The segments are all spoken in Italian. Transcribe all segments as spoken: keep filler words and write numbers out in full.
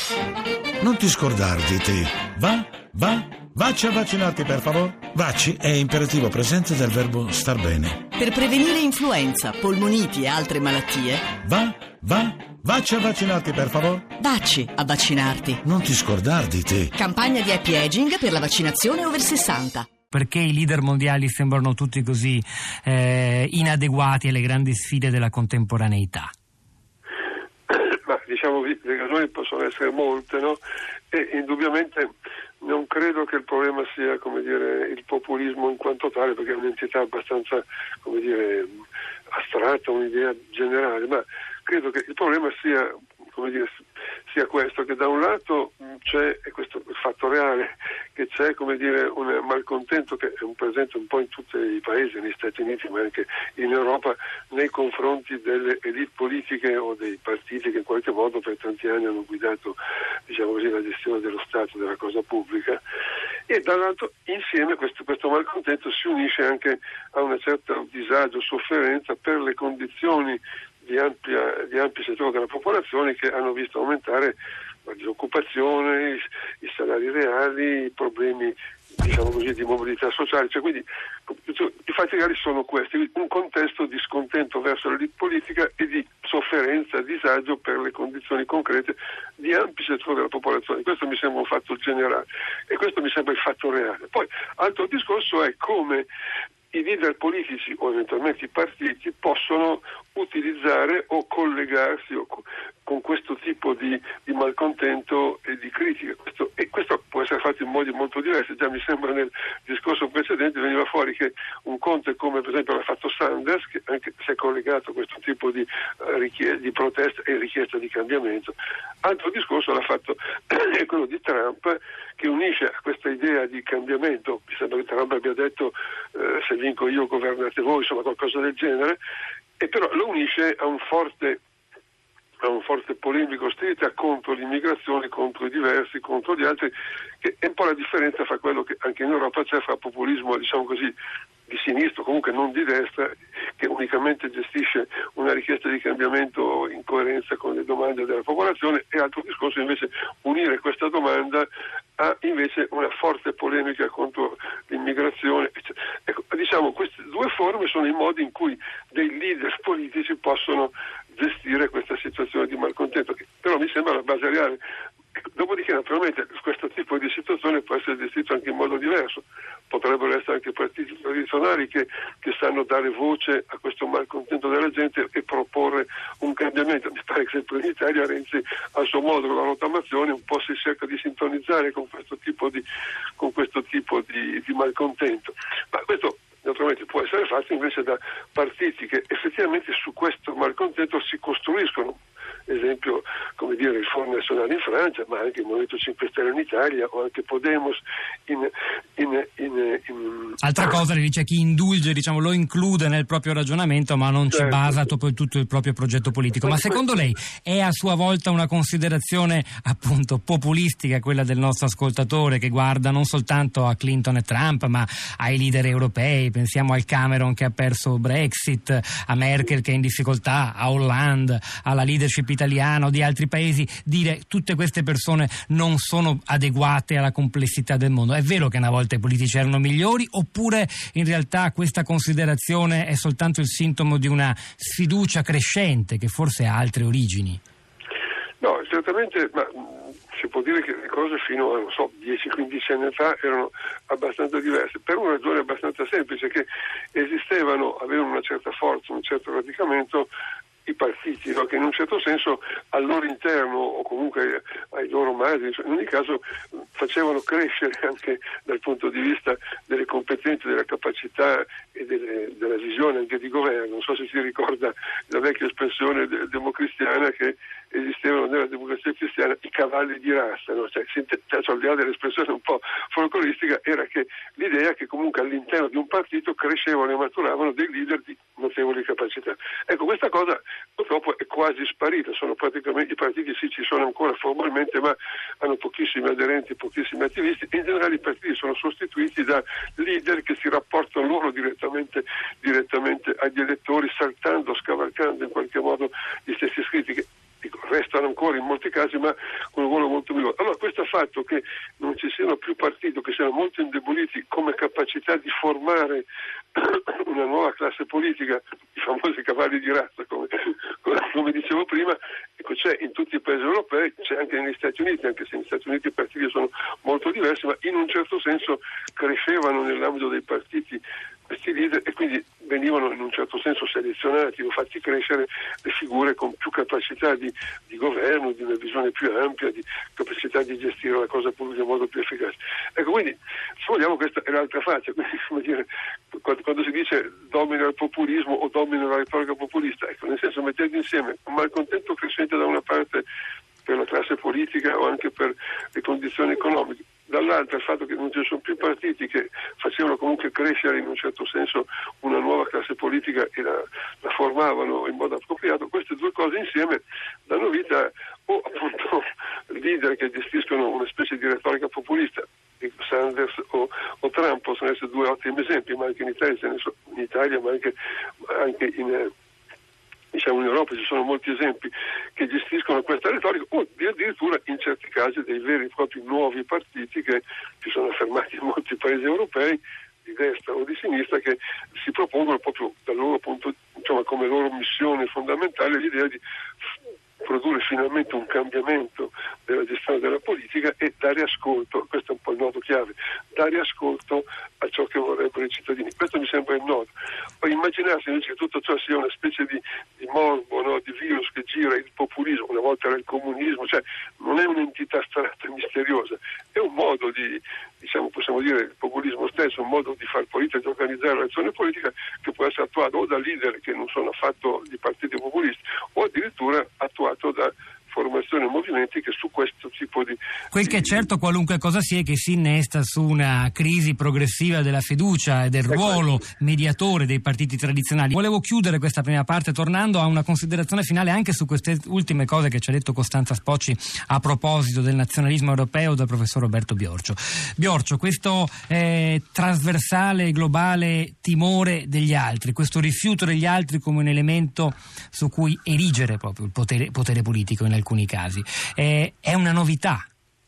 Non ti scordar di te. Va, va, vacci a vaccinarti per favore. Vacci è imperativo presente del verbo star bene. Per prevenire influenza, polmoniti e altre malattie. Va, va, vacci a vaccinarti per favore. Vacci a vaccinarti. Non ti scordar di te. Campagna di happy aging per la vaccinazione over sessanta. Perché i leader mondiali sembrano tutti così eh, inadeguati alle grandi sfide della contemporaneità? Ma diciamo le ragioni possono essere molte, no? E indubbiamente non credo che il problema sia, come dire, il populismo in quanto tale, perché è un'entità abbastanza, come dire, astratta, un'idea generale, ma credo che il problema sia, come dire, sia questo, che da un lato c'è, e questo è il fatto reale, che c'è, come dire, un malcontento che è un presente un po' in tutti i paesi, negli Stati Uniti ma anche in Europa, nei confronti delle elite politiche o dei partiti che in qualche modo per tanti anni hanno guidato, diciamo così, la gestione dello Stato, della cosa pubblica, e dall'altro insieme questo, questo malcontento si unisce anche a una certa disagio, sofferenza per le condizioni di ampia di ampi settori della popolazione che hanno visto aumentare la disoccupazione, i, i salari reali, i problemi, diciamo così, di mobilità sociale, cioè quindi i fatti reali sono questi, un contesto di scontento verso l'elite politica e di sofferenza, disagio per le condizioni concrete di ampi settori della popolazione. Questo mi sembra un fatto generale e questo mi sembra il fatto reale. Poi altro discorso è come i leader politici o eventualmente i partiti possono utilizzare o collegarsi o co- con questo tipo di, di malcontento e di critica. Questo, e questo può essere fatto in modi molto diversi. Già mi sembra nel discorso precedente veniva fuori che un conto è come per esempio l'ha fatto Sanders, che anche si è collegato a questo tipo di, uh, richie- di protesta e richiesta di cambiamento. Altro discorso l'ha fatto è quello di Trump, che unisce a questa idea di cambiamento. Mi sembra che Trump abbia detto uh, se vinco io governate voi, insomma qualcosa del genere, e però lo unisce a un forte a un forte polemico ostilità contro l'immigrazione, contro i diversi, contro gli altri, che è un po' la differenza fra quello che anche in Europa c'è fra populismo, diciamo così, di sinistra, comunque non di destra, che unicamente gestisce una richiesta di cambiamento in coerenza con le domande della popolazione, e altro discorso invece unire questa domanda a invece una forte polemica contro l'immigrazione. Ecco, diciamo, queste due forme sono i modi in cui dei leader politici possono gestire questa situazione di malcontento, che però mi sembra la base reale. Dopodiché naturalmente questo tipo di situazione può essere gestito anche in modo diverso, potrebbero essere anche partiti tradizionali che, che sanno dare voce a questo malcontento della gente e proporre un cambiamento. Mi pare che sempre in Italia Renzi a suo modo con la rottamazione un po' si cerca di sintonizzare con questo tipo di, con questo tipo di, di malcontento, ma questo naturalmente può essere fatto invece da partiti che effettivamente su questo malcontento si costruiscono. Esempio, come dire, il Front National in Francia, ma anche il Movimento cinque Stelle in Italia, o anche Podemos in... in, in, in... Altra cosa, le dice chi indulge, diciamo, lo include nel proprio ragionamento, ma non certo. ci basa tutto, tutto il proprio progetto politico. Ma secondo lei è a sua volta una considerazione appunto populistica quella del nostro ascoltatore, che guarda non soltanto a Clinton e Trump, ma ai leader europei? Pensiamo al Cameron che ha perso Brexit, a Merkel che è in difficoltà, a Hollande, alla leadership italiana o di altri paesi. Dire tutte queste persone non sono adeguate alla complessità del mondo. È vero che una volta i politici erano migliori, oppure in realtà questa considerazione è soltanto il sintomo di una sfiducia crescente che forse ha altre origini? No, certamente, ma si può dire che le cose fino a, non so, dieci quindici anni fa erano abbastanza diverse, per una ragione abbastanza semplice, che esistevano, avevano una certa forza, un certo radicamento i partiti, no? Che in un certo senso al loro interno o comunque ai loro margini, in ogni caso facevano crescere anche dal punto di vista delle competenze, della capacità e delle, della visione anche di governo. Non so se si ricorda la vecchia espressione de- democristiana che esistevano nella democrazia cristiana i cavalli di razza, no? Cioè, cioè, al di là dell'espressione un po' folcloristica, era che l'idea che comunque all'interno di un partito crescevano e maturavano dei leader di notevoli capacità. Ecco, questa cosa purtroppo è quasi sparita, sono praticamente, i partiti sì ci sono ancora formalmente, ma hanno pochissimi aderenti, pochissimi attivisti, e in generale i partiti sono sostituiti da leader che si rapportano loro direttamente, direttamente agli elettori, saltando, scavalcando in qualche modo gli stessi iscritti, che dico, restano ancora in molti casi, ma con un ruolo molto minore. Allora questo ha fatto che non ci siano più partiti, che siano molto indeboliti come capacità di formare una nuova classe politica, i famosi cavalli di razza, come, come dicevo prima. Ecco, c'è in tutti i paesi europei, c'è anche negli Stati Uniti, anche se negli Stati Uniti i partiti sono molto diversi, ma in un certo senso crescevano nell'ambito dei partiti questi leader e quindi venivano in un certo senso selezionati o fatti crescere le figure con più capacità di, di governo, di una visione più ampia, di capacità di gestire la cosa pubblica in modo più efficace. Ecco, quindi se vogliamo questa è l'altra faccia, quindi come dire, quando, quando si dice domina il populismo o domina la retorica populista, ecco, nel senso mettendo insieme un malcontento crescente da una parte per la classe politica o anche per le condizioni economiche, dall'altra il fatto che non ci sono più partiti che facevano comunque crescere in un certo senso una nuova classe politica e la, la formavano in modo appropriato, queste due cose insieme danno vita o appunto leader che gestiscono una specie di retorica populista, Sanders o, o Trump possono essere due ottimi esempi, ma anche in Italia, in Italia ma anche, anche in diciamo in Europa ci sono molti esempi che gestiscono questa retorica, o addirittura in certi casi dei veri e propri nuovi partiti che si sono affermati in molti paesi europei di destra o di sinistra, che si propongono proprio dal loro punto, insomma, come loro missione fondamentale l'idea di produrre finalmente un cambiamento della gestione della politica e dare ascolto, questo è un po' il nodo chiave, dare ascolto a ciò che vorrebbero i cittadini. Questo mi sembra il nodo. Poi immaginarsi invece che tutto ciò sia una specie di, di morbo, no? Di virus che gira, il populismo, una volta era il comunismo, cioè non è un'entità astratta e misteriosa, è un modo di, diciamo, possiamo dire, il populismo stesso, un modo di far politica, di organizzare l'azione politica che può essere attuato o da leader che non sono affatto di partiti populisti o addirittura attuato da formazione e movimenti che su questo tipo di... Quel che è certo, qualunque cosa sia, è che si innesta su una crisi progressiva della fiducia e del ruolo mediatore dei partiti tradizionali. Volevo chiudere questa prima parte tornando a una considerazione finale anche su queste ultime cose che ci ha detto Costanza Spocci a proposito del nazionalismo europeo dal professor Roberto Biorcio. Biorcio, questo eh, trasversale e globale timore degli altri, questo rifiuto degli altri come un elemento su cui erigere proprio il potere, potere politico in alcuni casi, eh, è una novità?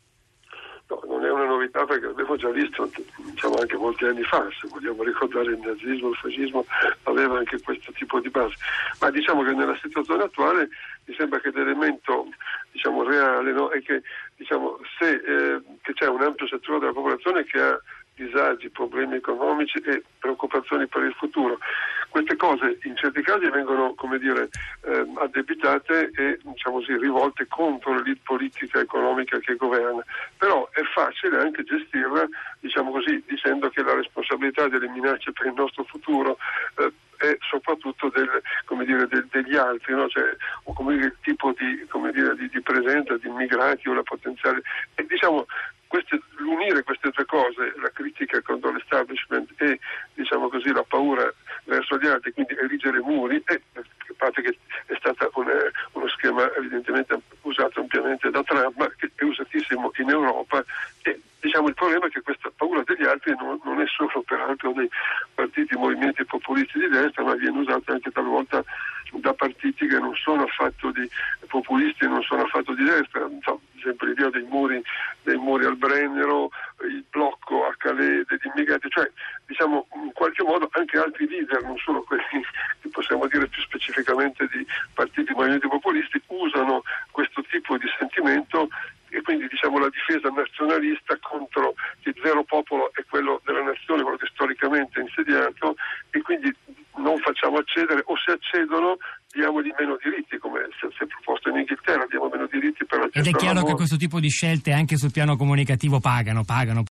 No, non è una novità perché l'abbiamo già visto, diciamo, anche molti anni fa, se vogliamo ricordare il nazismo, il fascismo aveva anche questo tipo di base, ma diciamo che nella situazione attuale mi sembra che l'elemento, diciamo, reale, no, è che, diciamo, se eh, che c'è un ampio settore della popolazione che ha disagi, problemi economici e preoccupazioni per il futuro. Queste cose in certi casi vengono, come dire, eh, addebitate e, diciamo così, rivolte contro l'elite politica e economica che governa. Però è facile anche gestirla, diciamo così, dicendo che la responsabilità delle minacce per il nostro futuro eh, è soprattutto del, come dire, del, degli altri, no? Cioè, o come dire, il tipo di, come dire, di, di presenza di immigrati o la potenziale. E, diciamo, queste, l'unire queste due cose, la critica contro l'establishment e, diciamo così, la paura verso gli altri, quindi erigere muri, e a parte che è stato uno schema evidentemente usato ampiamente da Trump, ma che è usatissimo in Europa, e diciamo il problema è che questa paura degli altri non, non è solo peraltro dei partiti, movimenti populisti di destra, ma viene usata anche talvolta da partiti che non sono affatto di populisti e non sono affatto di destra. Insomma, ad esempio l'idea dei muri, dei muri al Brennero, il blocco a Calais degli immigrati, cioè diciamo in qualche modo anche altri leader, non solo quelli che possiamo dire più specificamente di partiti, movimenti populisti, usano questo tipo di sentimento, e quindi diciamo la difesa nazionalista contro il vero popolo è quello della nazione, quello che storicamente è insediato, e quindi non facciamo accedere, o se accedono diamogli meno diritti, come si è proposto in Inghilterra, diamo meno diritti per l'accesso. Ed è chiaro che questo tipo di scelte anche sul piano comunicativo pagano, pagano